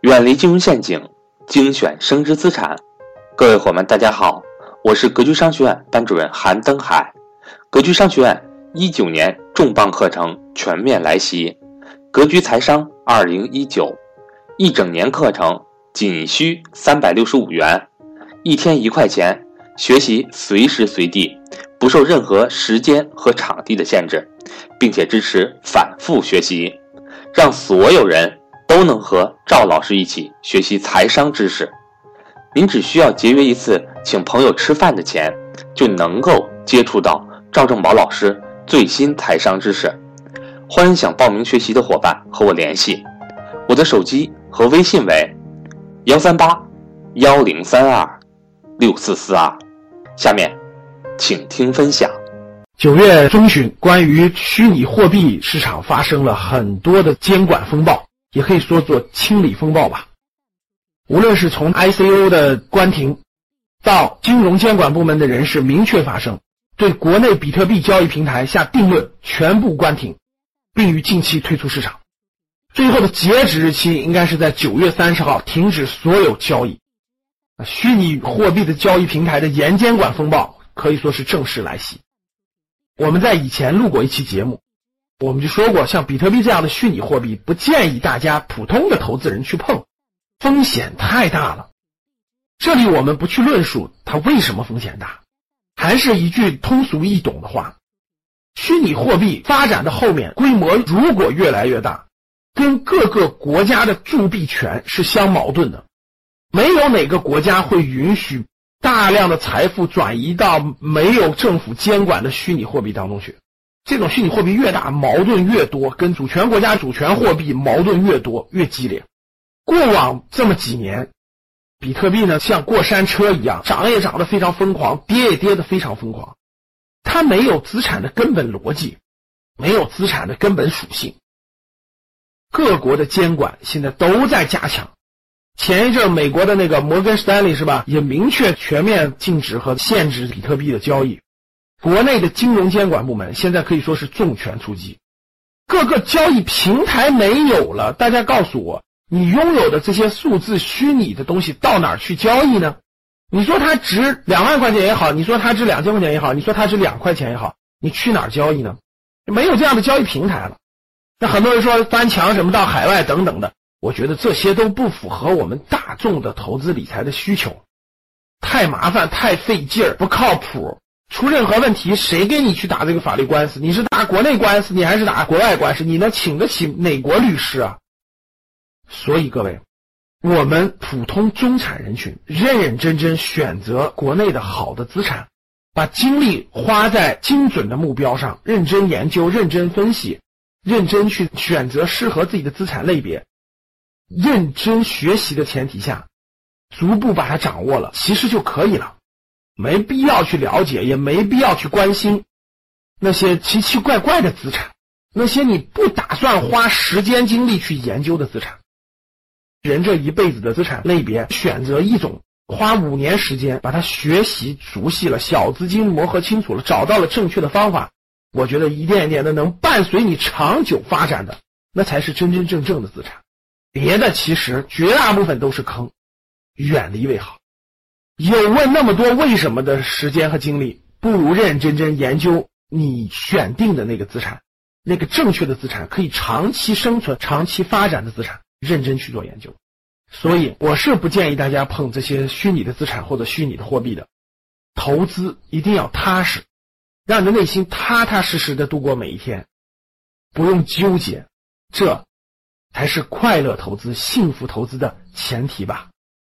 远离金融陷阱，精选升值资产。各位伙伴大家好，我是格局商学院班主任韩登海。格局商学院19年重磅课程全面来袭，格局财商2019，一整年课程仅需365元，一天1块钱，学习随时随地，不受任何时间和场地的限制，并且支持反复学习，让所有人都能和赵老师一起学习财商知识。您只需要节约一次请朋友吃饭的钱，就能够接触到赵正宝老师最新财商知识。欢迎想报名学习的伙伴和我联系，我的手机和微信为138-1032-6442。下面请听分享。 9月中旬，关于虚拟货币市场发生了很多的监管风暴，也可以说做清理风暴吧。无论是从 ICO 的关停，到金融监管部门的人士明确发声，对国内比特币交易平台下定论，全部关停，并于近期退出市场。最后的截止日期应该是在9月30号停止所有交易。虚拟货币的交易平台的严监管风暴可以说是正式来袭。我们在以前录过一期节目，我们就说过，像比特币这样的虚拟货币不建议大家普通的投资人去碰，风险太大了。这里我们不去论述它为什么风险大，还是一句通俗易懂的话，虚拟货币发展的后面规模如果越来越大，跟各个国家的铸币权是相矛盾的。没有哪个国家会允许大量的财富转移到没有政府监管的虚拟货币当中去。这种虚拟货币越大，矛盾越多，跟主权国家主权货币矛盾越多越激烈。过往这么几年，比特币呢像过山车一样，涨也涨得非常疯狂，跌也跌得非常疯狂。它没有资产的根本逻辑，没有资产的根本属性。各国的监管现在都在加强。前一阵美国的那个摩根士丹利是吧，也明确全面禁止和限制比特币的交易。国内的金融监管部门现在可以说是重拳出击。各个交易平台没有了，大家告诉我，你拥有的这些数字虚拟的东西到哪儿去交易呢？你说它值2万块钱也好，你说它值2000块钱也好，你说它值2块钱也好，你去哪儿交易呢？没有这样的交易平台了。那很多人说翻墙什么到海外等等的，我觉得这些都不符合我们大众的投资理财的需求，太麻烦太费劲儿，不靠谱，出任何问题谁给你去打这个法律官司？你是打国内官司你还是打国外官司？你能请得起哪国律师啊？所以各位，我们普通中产人群认认真真选择国内的好的资产，把精力花在精准的目标上，认真研究，认真分析，认真去选择适合自己的资产类别，认真学习的前提下，逐步把它掌握了，其实就可以了。没必要去了解，也没必要去关心那些奇奇怪怪的资产，那些你不打算花时间精力去研究的资产。人这一辈子的资产类别，选择一种，花5年时间把它学习熟悉了，小资金磨合清楚了，找到了正确的方法，我觉得一点一点的能伴随你长久发展的，那才是真真正正的资产。别的其实绝大部分都是坑，远离为好。有问那么多为什么的时间和精力，不如认认真真研究你选定的那个资产，那个正确的资产，可以长期生存长期发展的资产，认真去做研究。所以我是不建议大家碰这些虚拟的资产或者虚拟的货币的。投资一定要踏实，让你的内心踏踏实实的度过每一天，不用纠结，这才是快乐投资幸福投资的前提吧。